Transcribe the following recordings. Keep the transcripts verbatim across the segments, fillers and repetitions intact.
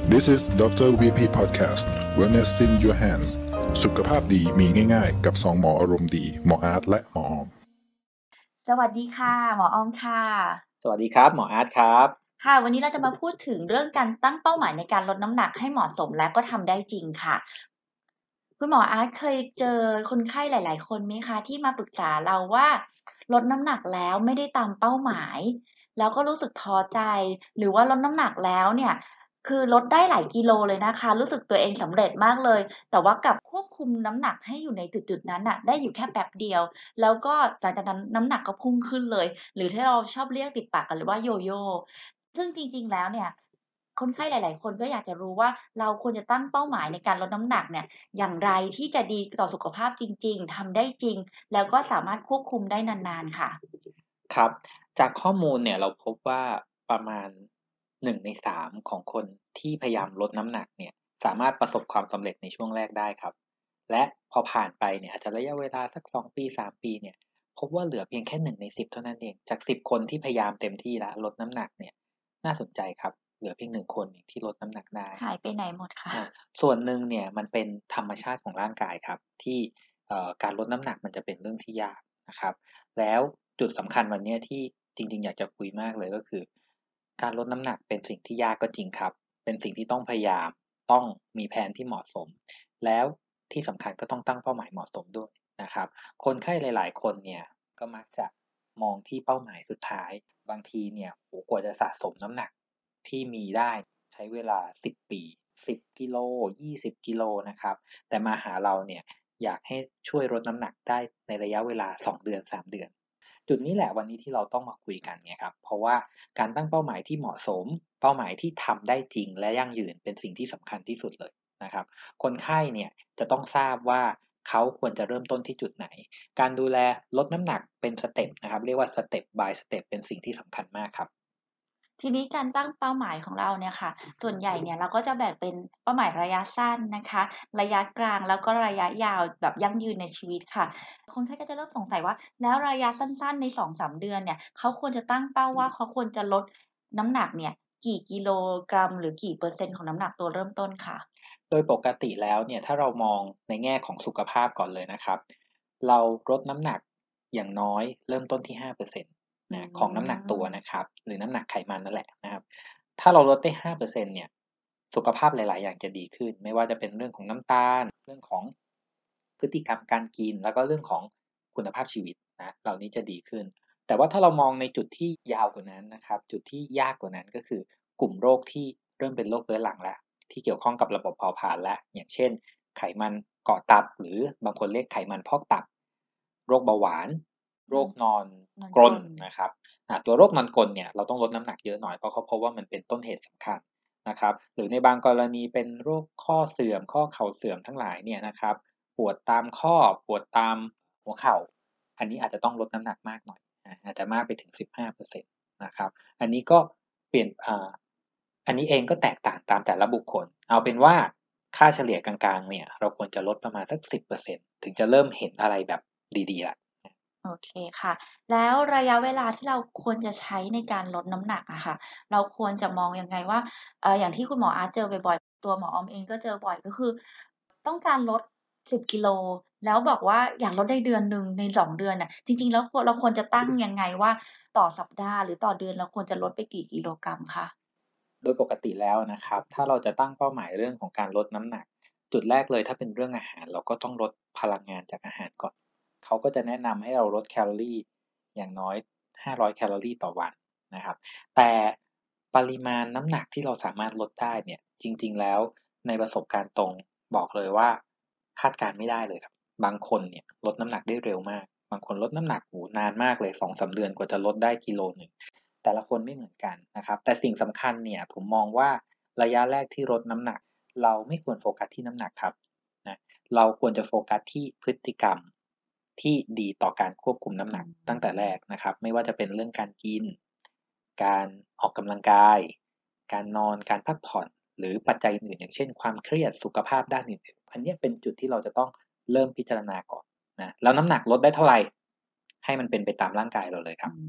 This is ดร วี พี Podcast Wellness in your hands สุขภาพดีมีง่ายๆกับสองหมออารมณ์ดีหมออาร์ตและหมอออมสวัสดีค่ะหมอออมค่ะสวัสดีครับหมออาร์ตครับค่ะวันนี้เราจะมาพูดถึงเรื่องการตั้งเป้าหมายในการลดน้ำหนักให้เหมาะสมและก็ทำได้จริงค่ะคุณหมออาร์ตเคยเจอคนไข้หลายๆคนไหมคะที่มาปรึกษาเราว่าลดน้ำหนักแล้วไม่ได้ตามเป้าหมายแล้วก็รู้สึกท้อใจหรือว่าลดน้ำหนักแล้วเนี่ยคือลดได้หลายกิโลเลยนะคะรู้สึกตัวเองสำเร็จมากเลยแต่ว่ากลับควบคุมน้ำหนักให้อยู่ในจุดๆนั้นน่ะได้อยู่แค่แป๊บเดียวแล้วก็หลังจากนั้นน้ำหนักก็พุ่งขึ้นเลยหรือที่เราชอบเรียกติดปากกันเลยว่าโยโย่ซึ่งจริงๆแล้วเนี่ยคนไข้หลายๆคนก็อยากจะรู้ว่าเราควรจะตั้งเป้าหมายในการลดน้ำหนักเนี่ยอย่างไรที่จะดีต่อสุขภาพจริงๆทำได้จริงแล้วก็สามารถควบคุมได้นานๆค่ะครับจากข้อมูลเนี่ยเราพบว่าประมาณหนึ่งในสามของคนที่พยายามลดน้ำหนักเนี่ยสามารถประสบความสำเร็จในช่วงแรกได้ครับและพอผ่านไปเนี่ยอาจจะระยะเวลาสักสองปีสามปีเนี่ยพบว่าเหลือเพียงแค่หนึ่งในสิบเท่านั้นเองจากสิบคนที่พยายามเต็มที่แล้วลดน้ำหนักเนี่ยน่าสนใจครับเหลือเพียงหนึ่งคนเองที่ลดน้ำหนักได้หายไปไหนหมดคะอาส่วนหนึ่งเนี่ยมันเป็นธรรมชาติของร่างกายครับที่เอ่อการลดน้ำหนักมันจะเป็นเรื่องที่ยากนะครับ แล้วจุดสำคัญวันเนี้ยที่จริงๆอยากจะคุยมากเลยก็คือการลดน้ำหนักเป็นสิ่งที่ยากก็จริงครับเป็นสิ่งที่ต้องพยายามต้องมีแผนที่เหมาะสมแล้วที่สำคัญก็ต้องตั้งเป้าหมายเหมาะสมด้วยนะครับคนไข้หลายๆคนเนี่ยก็มักจะมองที่เป้าหมายสุดท้ายบางทีเนี่ยโอ้โฮกว่าจะสะสมน้ำหนักที่มีได้ใช้เวลาสิบปีสิบกิโลยี่สิบกิโลนะครับแต่มาหาเราเนี่ยอยากให้ช่วยลดน้ำหนักได้ในระยะเวลาสองเดือนสามเดือน จุดนี้แหละวันนี้ที่เราต้องมาคุยกันไงครับเพราะว่าการตั้งเป้าหมายที่เหมาะสมเป้าหมายที่ทำได้จริงและยั่งยืนเป็นสิ่งที่สำคัญที่สุดเลยนะครับคนไข้เนี่ยจะต้องทราบว่าเขาควรจะเริ่มต้นที่จุดไหนการดูแลลดน้ำหนักเป็นสเต็ปนะครับเรียกว่า Step by Step เป็นสิ่งที่สำคัญมากครับทีนี้การตั้งเป้าหมายของเราเนี่ยค่ะส่วนใหญ่เนี่ยเราก็จะแบ่งเป็นเป้าหมายระยะสั้นนะคะระยะกลางแล้วก็ระยะยาวแบบยั่งยืนในชีวิตค่ะคนไข้ก็จะเริ่มสงสัยว่าแล้วระยะสั้นๆในสองถึงสามเดือนเนี่ยเขาควรจะตั้งเป้าว่าเขาควรจะลดน้ำหนักเนี่ยกี่กิโลกรัมหรือกี่เปอร์เซ็นต์ของน้ำหนักตัวเริ่มต้นค่ะโดยปกติแล้วเนี่ยถ้าเรามองในแง่ของสุขภาพก่อนเลยนะครับเราลดน้ำหนักอย่างน้อยเริ่มต้นที่ห้าเปอร์เซ็นต์อืนะของน้ำหนักตัวมนะครับหรือน้ำหนักไขมันนั่นแหละนะครับถ้าเราลดได้ห้าเปอร์เซ็นต์เนี่ยสุขภาพหลายๆอย่างจะดีขึ้นไม่ว่าจะเป็นเรื่องของน้ำตาลเรื่องของพฤติกรรมการกินแล้วก็เรื่องของคุณภาพชีวิตนะเหล่านี้จะดีขึ้นแต่ว่าถ้าเรามองในจุดที่ยาวกว่านั้นนะครับจุดที่ยากกว่านั้นก็คือกลุ่มโรคที่เริ่มเป็นโรคเรื้อรังแล้ว ที่เกี่ยวข้องกับระบบเผาผลาญแล้วอย่างเช่นไขมันเกาะตับหรือบางคนเรียกไขมันพอกตับโรคเบาหวานโรอืมคนอนนอนกรนกรนนะครับอ่าตัวโรคนอนกรนเนี่ยเราต้องลดน้ำหนักเยอะหน่อยเพราะเขาพบว่ามันเป็นต้นเหตุสำคัญนะครับหรือในบางกรณีเป็นโรคข้อเสื่อมข้อเข่าเสื่อมทั้งหลายเนี่ยนะครับปวดตามข้อปวดตามหัวเข่าอันนี้อาจจะต้องลดน้ำหนักมากหน่อยอาอาจจะมากไปถึงสิบห้าเปอร์เซ็นต์นะครับอันนี้ก็เปลี่ยนอ่า อันนี้เองก็แตกต่างตามแต่ละบุคคล เอาเป็นว่าค่าเฉลี่ยกลางๆเนี่ยเราควรจะลดประมาณสักสิบเปอร์เซ็นต์ถึงจะเริ่มเห็นอะไรแบบดีๆแล้วโอเคค่ะแล้วระยะเวลาที่เราควรจะใช้ในการลดน้ำหนักอะค่ะเราควรจะมองยังไงว่าเอ่ออย่างที่คุณหมออาร์ตเจอบ่อยๆตัวหมอออมเองก็เจอบ่อยก็คือต้องการลดสิบกิโลแล้วบอกว่าอยากลดในเดือนหนึ่งในสองเดือนน่ะจริงๆแล้วควรเราควรจะตั้งยังไงว่าต่อสัปดาห์หรือต่อเดือนเราควรจะลดไปกี่กิโลกรัมคะโดยปกติแล้วนะครับถ้าเราจะตั้งเป้าหมายเรื่องของการลดน้ำหนักจุดแรกเลยถ้าเป็นเรื่องอาหารเราก็ต้องลดพลังงานจากอาหารก่อนเขาก็จะแนะนำให้เราลดแคลอรีอย่างน้อยห้าร้อยแคลอรีต่อวันนะครับแต่ปริมาณน้ำหนักที่เราสามารถลดได้เนี่ยจริงๆแล้วในประสบการณ์ตรงบอกเลยว่าคาดการณ์ไม่ได้เลยครับบางคนเนี่ยลดน้ำหนักได้เร็วมากบางคนลดน้ำหนักโอ้โฮนานมากเลยสองถึงสามเดือนกว่าจะลดได้กิโลหนึ่ง แต่ละคนไม่เหมือนกันนะครับแต่สิ่งสำคัญเนี่ยผมมองว่าระยะแรกที่ลดน้ำหนักเราไม่ควรโฟกัสที่น้ำหนักครับนะเราควรจะโฟกัสที่พฤติกรรมที่ดีต่อการควบคุมน้ำหนักตั้งแต่แรกนะครับไม่ว่าจะเป็นเรื่องการกินการออกกำลังกายการนอนการพักผ่อนหรือปัจจัยอื่นๆอย่างเช่นความเครียดสุขภาพด้านอื่นๆอันเนี้ยเป็นจุดที่เราจะต้องเริ่มพิจารณาก่อนนะแล้วน้ำหนักลดได้เท่าไรให้มันเป็นไปตามร่างกายเราเลยครับอืม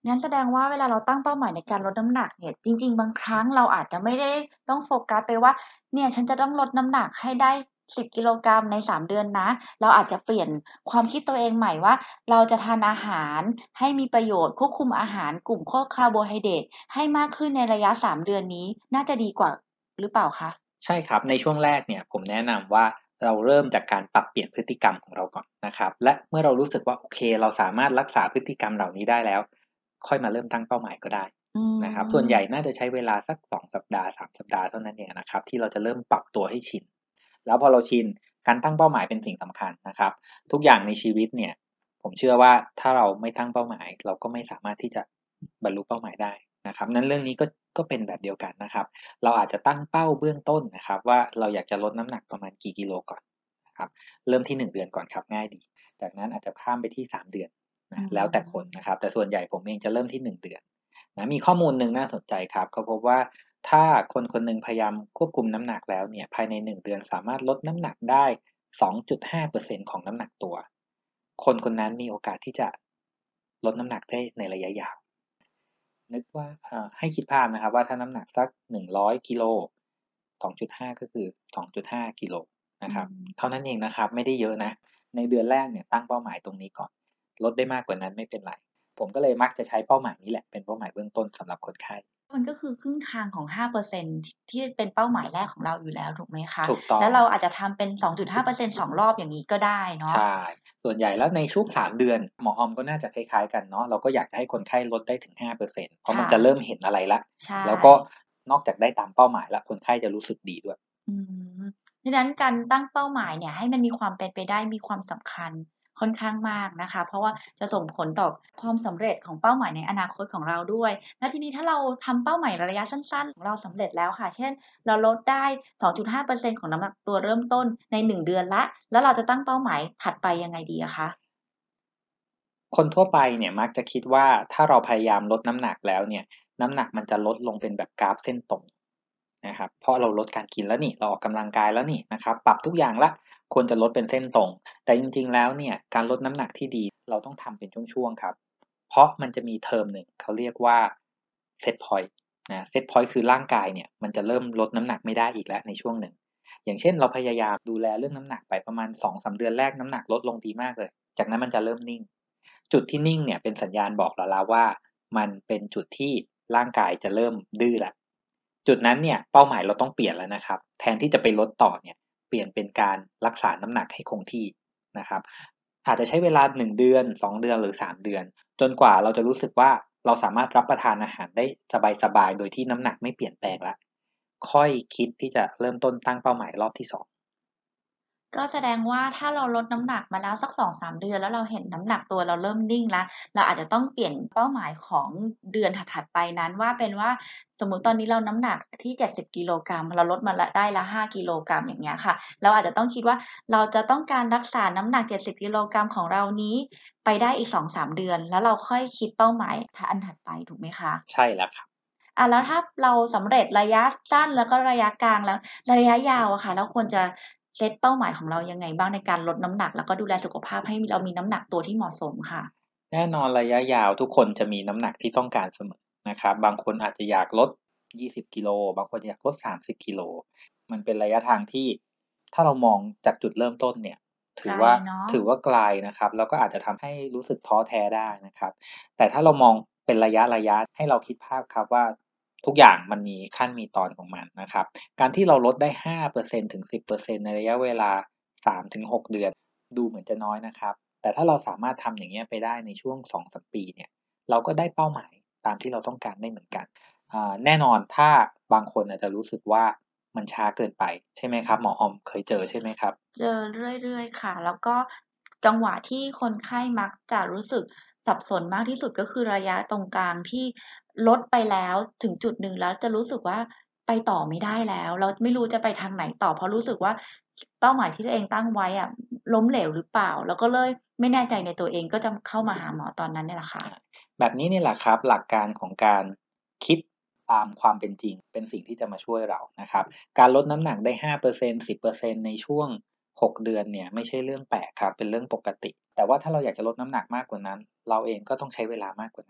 งั้นแสดงว่าเวลาเราตั้งเป้าหมายในการลดน้ำหนักเนี่ย จริง ๆ บางครั้งเราอาจจะไม่ได้ต้องโฟกัสไปว่า เนี่ยฉันจะต้องลดน้ำหนักให้ได้ สิบ กิโลกรัมใน สาม เดือนนะ เราอาจจะเปลี่ยนความคิดตัวเองใหม่ว่า เราจะทานอาหารให้มีประโยชน์ ควบคุมอาหารกลุ่มพวกคาร์โบไฮเดรตให้มากขึ้นในระยะ สาม เดือนนี้ น่าจะดีกว่าหรือเปล่าคะ? ใช่ครับ ในช่วงแรกเนี่ยผมแนะนำว่า เราเริ่มจากการปรับเปลี่ยนพฤติกรรมของเราก่อนนะครับ และเมื่อเรารู้สึกว่า โอเค เราสามารถรักษาพฤติกรรมเหล่านี้ได้แล้ว ค่อยมาเริ่มตั้งเป้าหมายก็ได้อืนะครับ ส่วนใหญ่มน่าจะใช้เวลาสัก สอง สัปดาห์ สาม สัปดาห์เท่านั้นเองอะนะครับ ที่เราจะเริ่มปรับตัวให้ชิน แล้วพอเราชิน การตั้งเป้าหมายเป็นสิ่งสำคัญนะครับ ทุกอย่างในชีวิตเนี่ย ผมเชื่อว่าถ้าเราไม่ตั้งเป้าหมาย เราก็ไม่สามารถที่จะบรรลุเป้าหมายได้นะครับ นั้นเรื่องนี้ก็ ก็เป็นแบบเดียวกันนะครับ เราอาจจะตั้งเป้าเบื้องต้นนะครับว่า เราอยากจะลดน้ำหนักประมาณกี่กิโลก่อนนะครับ เริ่มที่ หนึ่ง เดือนก่อนครับ ง่ายดี จากนั้นอาจจะข้ามไปที่ สาม เดือนนอืะ แล้วแต่คนมนะครับ แต่ส่วนใหญ่ผมเองจะเริ่มที่ หนึ่ง เดือนนะ มีข้อมูลหนึ่งน่าสนใจครับ เขาพบว่าถ้าคนคนหนึ่งพยายามควบคุมน้ำหนักแล้วเนี่ย ภายใน หนึ่ง เดือนสามารถลดน้ำหนักได้ สองจุดห้าเปอร์เซ็นต์ ของน้ำหนักตัว คนคนนั้นมีโอกาสที่จะลดน้ำหนักได้ในระยะยาว นึกว่า อ่า ให้คิดภาพนะครับว่า ถ้าน้ำหนักสัก หนึ่งร้อย กิโล สองจุดห้า ก็คือ สองจุดห้า กิโลนอืะครับมเท่านั้นเองนะครับ ไม่ได้เยอะนะ ในเดือนแรกเนี่ยตั้งเป้าหมายตรงนี้ก่อน ลดได้มากกว่านั้นไม่เป็นไร ผมก็เลยมักจะใช้เป้าหมายนี้แหละเป็นเป้าหมายเบื้องต้นสำหรับคนไข้มันก็คือครึ่งทางของ ห้าเปอร์เซ็นต์ ท ที่เป็นเป้าหมายแรกของเราอยู่แล้วถูกไหมคะ? ถูกต้แองล้วเราอาจจะทำเป็น สองจุดห้าเปอร์เซ็นต์ สอง รอบอย่างงี้ก็ได้เนาใชะ่ ส่วนใหญ่แล้วในช่วง สาม เดือน หมอออมก็น่าจะคล้าย ๆ กันเนาะ เราก็อยากจะให้คนไข้ลดได้ถึง ห้าเปอร์เซ็นต์ เพราคะมั่นจะเริ่ะมเห็นอะไรแล้วใชแล้วก็่นอกจากได้ตามเป้าหมายแล้ว คนไข้จะรู้สึกดีด้วยอืม ฉะนั้นการตั้งเป้าหมายเนี่ย ให้มันมีความเป็นไปได้ มีความสำคัญค่อนข้างมากนะคะ เพราะว่าจะส่งผลต่อความสำเร็จของเป้าหมายในอนาคตของเราด้วย แล้วทีนี้ถ้าเราทำเป้าหมายระยะสั้น ๆ ของเราสำเร็จแล้วค่ะ เช่น เราลดได้ สองจุดห้าเปอร์เซ็นต์ ของน้ำหนักตัวเริ่มต้นใน หนึ่ง เดือนแล้ว แล้วเราจะตั้งเป้าหมายถัดไปยังไงดีอะคะ? คนทั่วไปเนี่ยมักจะคิดว่า ถ้าเราพยายามลดน้ำหนักแล้วเนี่ย น้ำหนักมันจะลดลงเป็นแบบกราฟเส้นตรงนะครับ เพราะเราลดการกินแล้วนี่ เราออกกำลังกายแล้วนี่นะครับ ปรับทุกอย่างแล้ว ควรจะลดเป็นเส้นตรง แต่จริง ๆ แล้วเนี่ย การลดน้ำหนักที่ดีเราต้องทำเป็นช่วง ๆ ครับ เพราะมันจะมีเทอมหนึ่ง เขาเรียกว่า Set point นะ Set point คือร่างกายเนี่ยมันจะเริ่มลดน้ำหนักไม่ได้อีกแล้วในช่วงหนึ่ง อย่างเช่น เราพยายามดูแลเรื่องน้ำหนักไปประมาณ สองสาม เดือนแรกน้ำหนักลดลงดีมากเลย จากนั้นมันจะเริ่มนิ่ง จุดที่นิ่งเนี่ยเป็นสัญญาณบอกเราแล้วว่า มันเป็นจุดที่ร่างกายจะเริ่มดื้อแล้ว จุดนั้นเนี่ยเป้าหมายเราต้องเปลี่ยนแล้วนะครับ แทนที่จะไปลดต่อเนี่ย เปลี่ยนเป็นการรักษาน้ำหนักให้คงที่นะครับ อาจจะใช้เวลา หนึ่ง เดือน สอง เดือน หรือ สาม เดือน จนกว่าเราจะรู้สึกว่า เราสามารถรับประทานอาหารได้สบาย ๆ โดยที่น้ำหนักไม่เปลี่ยนแปลงแล้ว ค่อยคิดที่จะเริ่มต้นตั้งเป้าหมายรอบที่ สองก็แสดงว่า ถ้าเราลดน้ำหนักมาแล้วสัก สองสาม เดือน แล้วเราเห็นน้ำหนักตัวเราเริ่มนิ่งแล้ว เราอาจจะต้องเปลี่ยนเป้าหมายของเดือนถัด ๆ ไปนั้นว่า เป็นว่า สมมุติตอนนี้เราน้ำหนักที่ เจ็ดสิบ กิโลกรัม เราลดมาแล้ว ได้แล้ว ห้า กิโลกรัม อย่างเงี้ยค่ะ เราอาจจะต้องคิดว่า เราจะต้องการรักษาน้ำหนัก เจ็ดสิบ กิโลกรัมของเรานี้ไปได้อีก สองสาม เดือน แล้วเราค่อยคิดเป้าหมาย ถ อันถัดไปถูกไหมคะ? ใช่แล้วครับอา แล้วถ้าเราสำเร็จระยะสั้น แล้วก็ระยะกลางแล้ว ระยะยาวอะค่ะ เราควรจะเซตเป้าหมายของเรายังไงบ้างในการลดน้ำหนัก แล้วก็ดูแลสุขภาพให้มี เรามีน้ำหนักตัวที่เหมาะสมค่ะ? แน่นอนระยะยาวทุกคนจะมีน้ำหนักที่ต้องการเสมอนะครับ บางคนอาจจะอยากลด ยี่สิบ กิโล บางคนอยากลด สามสิบ กิโล มันเป็นระยะทางที่ ถ้าเรามองจากจุดเริ่มต้นเนี่ย ถไกืลอว่าเนาะถือว่าไกลนะครับ แล้วก็อาจจะทำให้รู้สึกท้อแท้ได้นะครับ แต่ถ้าเรามองเป็นระยะ ๆ ให้เราคิดภาพครับว่า ทุกอย่างมันมีขั้นมีตอนของมันนะครับ การที่เราลดได้ ห้าเปอร์เซ็นต์ ถึง สิบเปอร์เซ็นต์ ในระยะเวลา สามถึงหก เดือน ดูเหมือนจะน้อยนะครับ แต่ถ้าเราสามารถทำอย่างเงี้ยไปได้ในช่วง สองสาม ปีเนี่ย เราก็ได้เป้าหมายตามที่เราต้องการได้เหมือนกัน อ่า แน่นอนถ้าบางคนอาจจะรู้สึกว่ามันช้าเกินไป ใช่ไหมครับ หมอออมเคยเจอใช่ไหมครับ? เจอเรื่อย ๆ ค่ะ แล้วก็จังหวะที่คนไข้มักจะรู้สึกสับสนมากที่สุด ก็คือระยะตรงกลางที่ลดไปแล้วถึงจุดหนึ่ง แล้วจะรู้สึกว่าไปต่อไม่ได้แล้ว แล้วไม่รู้จะไปทางไหนต่อ เพราะรู้สึกว่า เป้าหมายที่ตัวเองตั้งไว้อะล้มเหลวหรือเปล่า แล้วก็เลยไม่แน่ใจในตัวเอง ก็จะเข้ามาหาหมอตอนนั้นเนี่ยแหละค่ะอา แบบนี้นี่แหละครับ หลักการของการคิดตามความเป็นจริง เป็นสิ่งที่จะมาช่วยเรานะครับ การลดน้ำหนักได้ ห้าเปอร์เซ็นต์ สิบเปอร์เซ็นต์ ในช่วง หก เดือนเนี่ย ไม่ใช่เรื่องแปลกครับ เป็นเรื่องปกติ แต่ว่าถ้าเราอยากจะลดน้ำหนักมากกว่านั้น เราเองก็ต้องใช้เวลามากกว่านั้น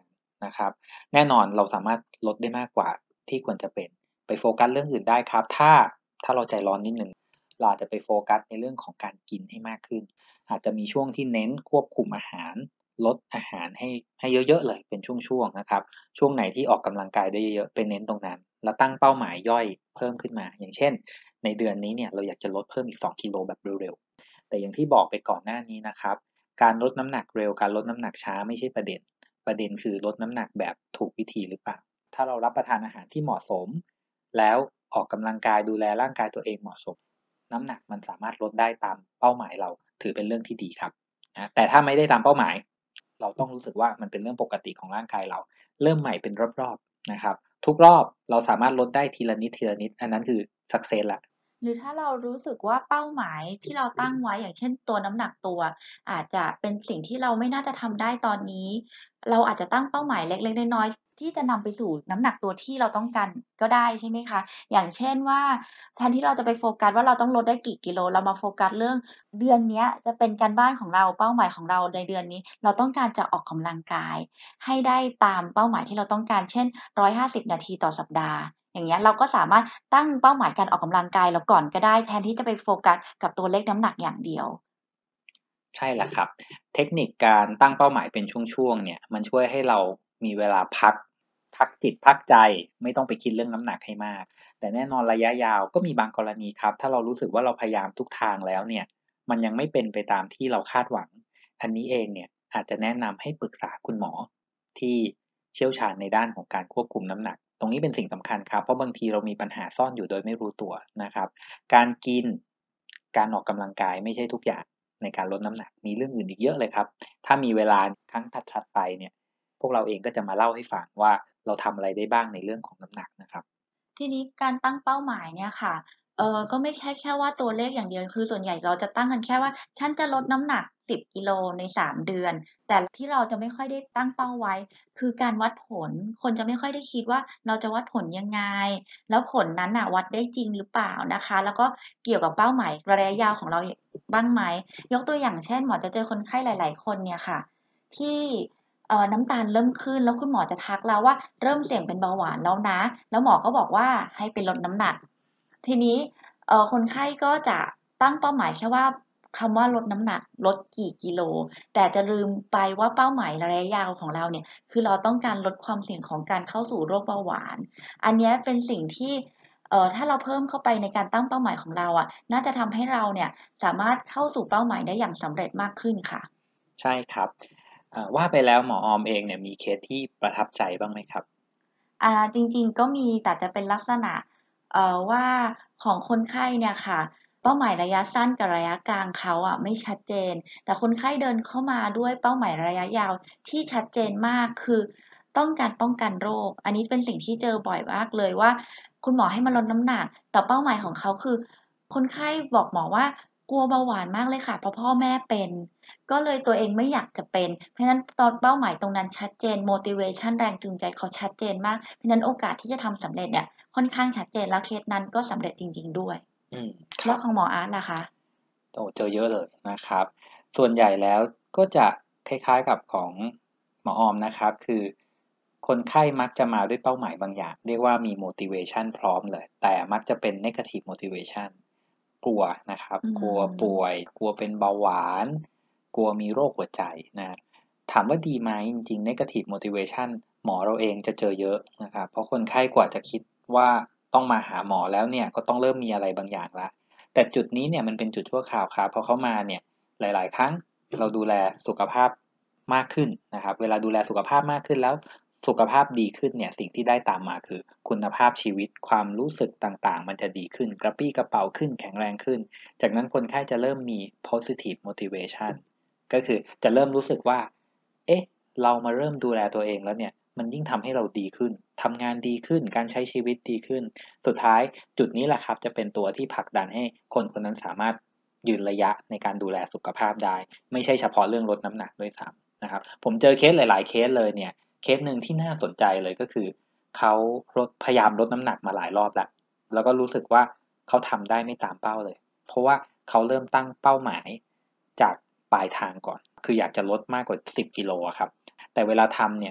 นะครับแน่นอนเราสามารถลดได้มากกว่าที่ควรจะเป็นไปโฟกัสเรื่องอื่นได้ครับถ้าถ้าเราใจร้อนนิดนึงเราอาจจะไปโฟกัสในเรื่องของการกินให้มากขึ้นอาจจะมีช่วงที่เน้นควบคุมอาหารลดอาหารให้ให้เยอะๆเลยเป็นช่วงๆนะครับช่วงไหนที่ออกกำลังกายได้เยอะๆไปเน้นตรงนั้นแล้วตั้งเป้าหมายย่อยเพิ่มขึ้นมาอย่างเช่นในเดือนนี้เนี่ยเราอยากจะลดเพิ่มอีกสองกิโลแบบเร็วๆแต่อย่างที่บอกไปก่อนหน้านี้นะครับการลดน้ำหนักเร็วการลดน้ำหนักช้าไม่ใช่ประเด็นประเด็นคือลดน้ำหนักแบบถูกวิธีหรือเปล่าถ้าเรารับประทานอาหารที่เหมาะสมแล้วออกกำลังกายดูแลร่างกายตัวเองเหมาะสมน้ำหนักมันสามารถลดได้ตามเป้าหมายเราถือเป็นเรื่องที่ดีครับนะแต่ถ้าไม่ได้ตามเป้าหมายเราต้องรู้สึกว่ามันเป็นเรื่องปกติของร่างกายเราเริ่มใหม่เป็นรอบๆนะครับทุกรอบเราสามารถลดได้ทีละนิดทีละนิดอันนั้นคือ success ละหรือถ้าเรารู้สึกว่าเป้าหมายที่เราตั้งไว้อย่างเช่นตัวน้ำหนักตัวอาจจะเป็นสิ่งที่เราไม่น่าจะทำได้ตอนนี้เราอาจจะตั้งเป้าหมายเล็กๆน้อยๆที่จะนำไปสู่น้ำหนักตัวที่เราต้องการก็ได้ใช่ไหมคะอย่างเช่นว่าแทนที่เราจะไปโฟกัสว่าเราต้องลดได้กี่กิโลเรามาโฟกัสเรื่องเดือนเนี้ยจะเป็นการบ้านของเราเป้าหมายของเราในเดือนนี้เราต้องการจะออกกำลังกายให้ได้ตามเป้าหมายที่เราต้องการเช่นหนึ่งร้อยห้าสิบนาทีต่อสัปดาห์ อย่างเงี้ยเราก็สามารถตั้งเป้าหมายการออกกำลังกายเราก่อนก็ได้แทนที่จะไปโฟกัสกับตัวเลขน้ำหนักอย่างเดียวใช่แล้วครับเทคนิคการตั้งเป้าหมายเป็นช่วงๆเนี่ยมันช่วยให้เรามีเวลาพักพักจิตพักใจไม่ต้องไปคิดเรื่องน้ำหนักให้มากแต่แน่นอนระยะยาวก็มีบางกรณีครับถ้าเรารู้สึกว่าเราพยายามทุกทางแล้วเนี่ยมันยังไม่เป็นไปตามที่เราคาดหวังอันนี้เองเนี่ยอาจจะแนะนำให้ปรึกษาคุณหมอที่เชี่ยวชาญในด้านของการควบคุมน้ำหนักตรงนี้เป็นสิ่งสำคัญครับเพราะบางทีเรามีปัญหาซ่อนอยู่โดยไม่รู้ตัวนะครับการกินการออกกำลังกายไม่ใช่ทุกอย่าง ในการลดน้ำหนักมีเรื่องอื่นอีกเยอะเลยครับถ้ามีเวลาครั้งถัดๆไปเนี่ยพวกเราเองก็จะมาเล่าให้ฟังว่าเราทำอะไรได้บ้างในเรื่องของน้ำหนักนะครับทีนี้การตั้งเป้าหมายเนี่ยค่ะเอ่อก็ไม่ใช่แค่ว่าตัวเลขอย่างเดียวคือส่วนใหญ่เราจะตั้งกันแค่ว่าฉันจะลดน้ำหนักสิบกิโลในสามเดือนแต่ที่เราจะไม่ค่อยได้ตั้งเป้าไว้คือการวัดผลคนจะไม่ค่อยได้คิดว่าเราจะวัดผลยังไงแล้วผลนั้นน่ะวัดได้จริงหรือเปล่านะคะแล้วก็เกี่ยวกับเป้าหมายระยะยาวของเราบ้างไหมยกตัวอย่างเช่นหมอจะเจอคนไข้หลายๆคนเนี่ยค่ะที่ เอ่อน้ำตาลเริ่มขึ้นแล้วคุณหมอจะทักเราว่าเริ่มเสี่ยงเป็นเบาหวานแล้วนะแล้วหมอก็บอกว่าให้ไปลดน้ำหนักทีนี้เอ่อคนไข้ก็จะตั้งเป้าหมายแค่ว่าคำว่าลดน้ำหนักลดกี่กิโลแต่จะลืมไปว่าเป้าหมายระยะยาวของเราเนี่ยคือเราต้องการลดความเสี่ยงของการเข้าสู่โรคเบาหวานอันเนี้ยเป็นสิ่งที่เอ่อถ้าเราเพิ่มเข้าไปในการตั้งเป้าหมายของเราอะน่าจะทำให้เราเนี่ยสามารถเข้าสู่เป้าหมายได้อย่างสำเร็จมากขึ้นค่ะใช่ครับเอ่อว่าไปแล้วหมอออมเองเนี่ยมีเคสที่ประทับใจบ้างไหมครับอ่าจริงๆก็มีแต่จะเป็นลักษณะเอ่อว่าของคนไข้เนี่ยค่ะเป้าหมายระยะสั้นกับระยะกลางเขาอะไม่ชัดเจนแต่คนไข้เดินเข้ามาด้วยเป้าหมายระยะยาวที่ชัดเจนมากคือต้องการป้องกันโรคอันนี้เป็นสิ่งที่เจอบ่อยมากเลยว่าคุณหมอให้มาลดน้ำหนักแต่เป้าหมายของเขาคือคนไข้บอกหมอว่ากลัวเบาหวานมากเลยค่ะเพราะพ่อแม่เป็น ก็เลยตัวเองไม่อยากจะเป็น เพราะฉะนั้นตอนเป้าหมายตรงนั้นชัดเจน motivation แรงจูงใจเขาชัดเจนมาก เพราะฉะนั้นโอกาสที่จะทำสำเร็จเนี่ยค่อนข้างชัดเจนแล้วเคสนั้นก็สำเร็จจริงๆด้วยอืมคแล้วรับของหมออาร์ตล่ะคะโอ้เจอเยอะเลยนะครับส่วนใหญ่แล้วก็จะคล้ายๆกับของหมอออมนะครับคือคนไข้มักจะมาด้วยเป้าหมายบางอย่างเรียกว่ามี motivation พร้อมเลยแต่มักจะเป็น negative motivation กลัวนะครับอืกลัวป่วมยกลัวเป็นเบาหวานกลัวมีโรคหัวใจนะถามว่าดีไหมจริงๆ negative motivation หมอเราเองจะเจอเยอะนะครับเพราะคนไข้กว่าจะคิดว่าต้องมาหาหมอแล้วเนี่ยก็ต้องเริ่มมีอะไรบางอย่างแล้วแต่จุดนี้เนี่ยมันเป็นจุดชั่วคราวครับพอเขามาเนี่ยหลายๆครั้งเราดูแลสุขภาพมากขึ้นนะครับเวลาดูแลสุขภาพมากขึ้นแล้วสุขภาพดีขึ้นเนี่ยสิ่งที่ได้ตามมาคือคุณภาพชีวิตความรู้สึกต่างๆมันจะดีขึ้นกระปรี้กระเป๋าขึ้นแข็งแรงขึ้นจากนั้นคนไข้จะเริ่มมี positive motivation ก็คือจะเริ่มรู้สึกว่าเอ๊ะเรามาเริ่มดูแลตัวเองแล้วเนี่ยมันยิ่งทำให้เราดีขึ้นทำงานดีขึ้นการใช้ชีวิตดีขึ้นสุดท้ายจุดนี้แหละครับจะเป็นตัวที่ผลักดันให้คนคนนั้นสามารถยืนระยะในการดูแลสุขภาพได้ไม่ใช่เฉพาะเรื่องลดน้ำหนักด้วยซ้ำนะครับผมเจอเคสหลายๆเคสเลยเนี่ยเคสหนึ่งที่น่าสนใจเลยก็คือเขาลดพยายามลดน้ำหนักมาหลายรอบแล้วแล้วก็รู้สึกว่าเขาทำได้ไม่ตามเป้าเลยเพราะว่าเขาเริ่มตั้งเป้าหมายจากปลายทางก่อนคืออยากจะลดมากกว่าสิบกิโลอะครับแต่เวลาทำเนี่ย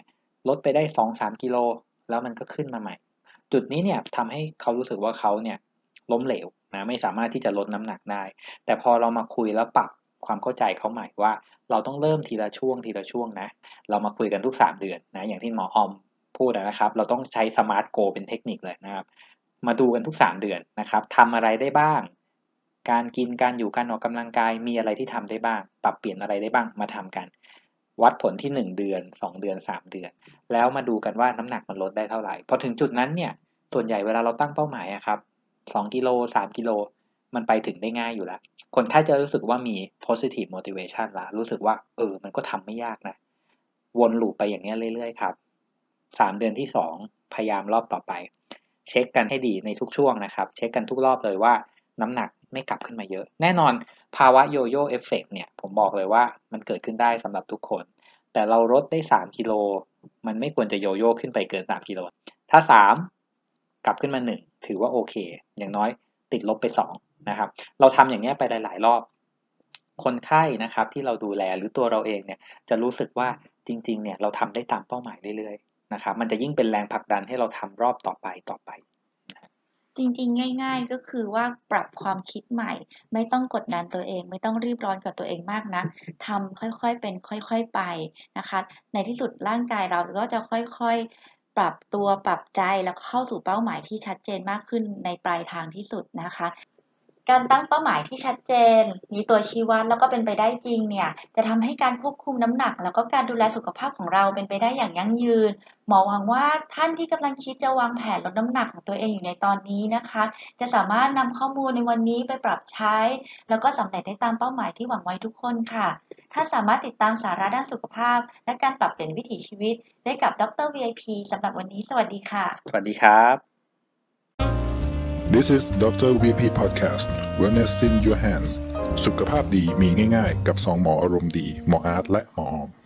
ลดไปได้ สองถึงสาม กิโลแล้วมันก็ขึ้นมาใหม่จุดนี้เนี่ยทำให้เขารู้สึกว่าเขาเนี่ยล้มเหลวนะไม่สามารถที่จะลดน้ำหนักได้แต่พอเรามาคุยแล้วปรับความเข้าใจเขาใหม่ว่าเราต้องเริ่มทีละช่วงทีละช่วงนะเรามาคุยกันทุกสามเดือนนะอย่างที่หมอออมพูดนะครับเราต้องใช้สมาร์ทโกเป็นเทคนิคเลยนะครับมาดูกันทุกสามเดือนนะครับทำอะไรได้บ้างการกินการอยู่การออกกำลังกายมีอะไรที่ทำได้บ้างปรับเปลี่ยนอะไรได้บ้างมาทำกันวัดผลที่หนึ่งเดือนสองเดือนสามเดือนแล้วมาดูกันว่าน้ำหนักมันลดได้เท่าไหร่พอถึงจุดนั้นเนี่ยส่วนใหญ่เวลาเราตั้งเป้าหมายอะครับสองกิโลสามกิโลมันไปถึงได้ง่ายอยู่แล้วคนไข้จะรู้สึกว่ามี positive motivation ละรู้สึกว่าเออมันก็ทำไม่ยากนะวนลูปไปอย่างนี้เรื่อยๆครับสามเดือนที่สองพยายามรอบต่อไปเช็คกันให้ดีในทุกช่วงนะครับเช็คกันทุกรอบเลยว่าน้ำหนักไม่กลับขึ้นมาเยอะแน่นอนภาวะโยโย่เอฟเฟกต์เนี่ยผมบอกเลยว่ามันเกิดขึ้นได้สำหรับทุกคนแต่เราลดได้สามกิโลมันไม่ควรจะโยโย่ขึ้นไปเกินสามกิโลถ้าสามกลับขึ้นมาหนึ่งถือว่าโอเคอย่างน้อยติดลบไปสองนะครับเราทำอย่างนี้ไปหลายๆรอบคนไข้นะครับที่เราดูแลหรือตัวเราเองเนี่ยจะรู้สึกว่าจริงๆเนี่ยเราทำได้ตามเป้าหมายเรื่อยๆนะครับมันจะยิ่งเป็นแรงผลักดันให้เราทำรอบต่อไปต่อไปจริงๆง่ายๆก็คือว่าปรับความคิดใหม่ไม่ต้องกดดันตัวเองไม่ต้องรีบร้อนกับตัวเองมากนักทำค่อยๆเป็นค่อยๆไปนะคะในที่สุดร่างกายเราก็จะค่อยๆปรับตัวปรับใจแล้วก็เข้าสู่เป้าหมายที่ชัดเจนมากขึ้นในปลายทางที่สุดนะคะการตั้งเป้าหมายที่ชัดเจนมีตัวชี้วัดแล้วก็เป็นไปได้จริงเนี่ยจะทำให้การควบคุมน้ำหนักแล้วก็การดูแลสุขภาพของเราเป็นไปได้อย่างยั่งยืนหมอหวังว่าท่านที่กำลังคิดจะวางแผนลดน้ำหนักของตัวเองอยู่ในตอนนี้นะคะจะสามารถนำข้อมูลในวันนี้ไปปรับใช้แล้วก็สำเร็จได้ตามเป้าหมายที่หวังไว้ทุกคนค่ะท่านสามารถติดตามสาระด้านสุขภาพและการปรับเปลี่ยนวิถีชีวิตได้กับดร วี ไอ พี สำหรับวันนี้สวัสดีค่ะสวัสดีครับ This is ด็อกเตอร์ วี พี Podcast Wellness in your hands สุขภาพดีมีง่ายๆกับสองหมออารมณ์ดีหมออาร์ตและหมอออม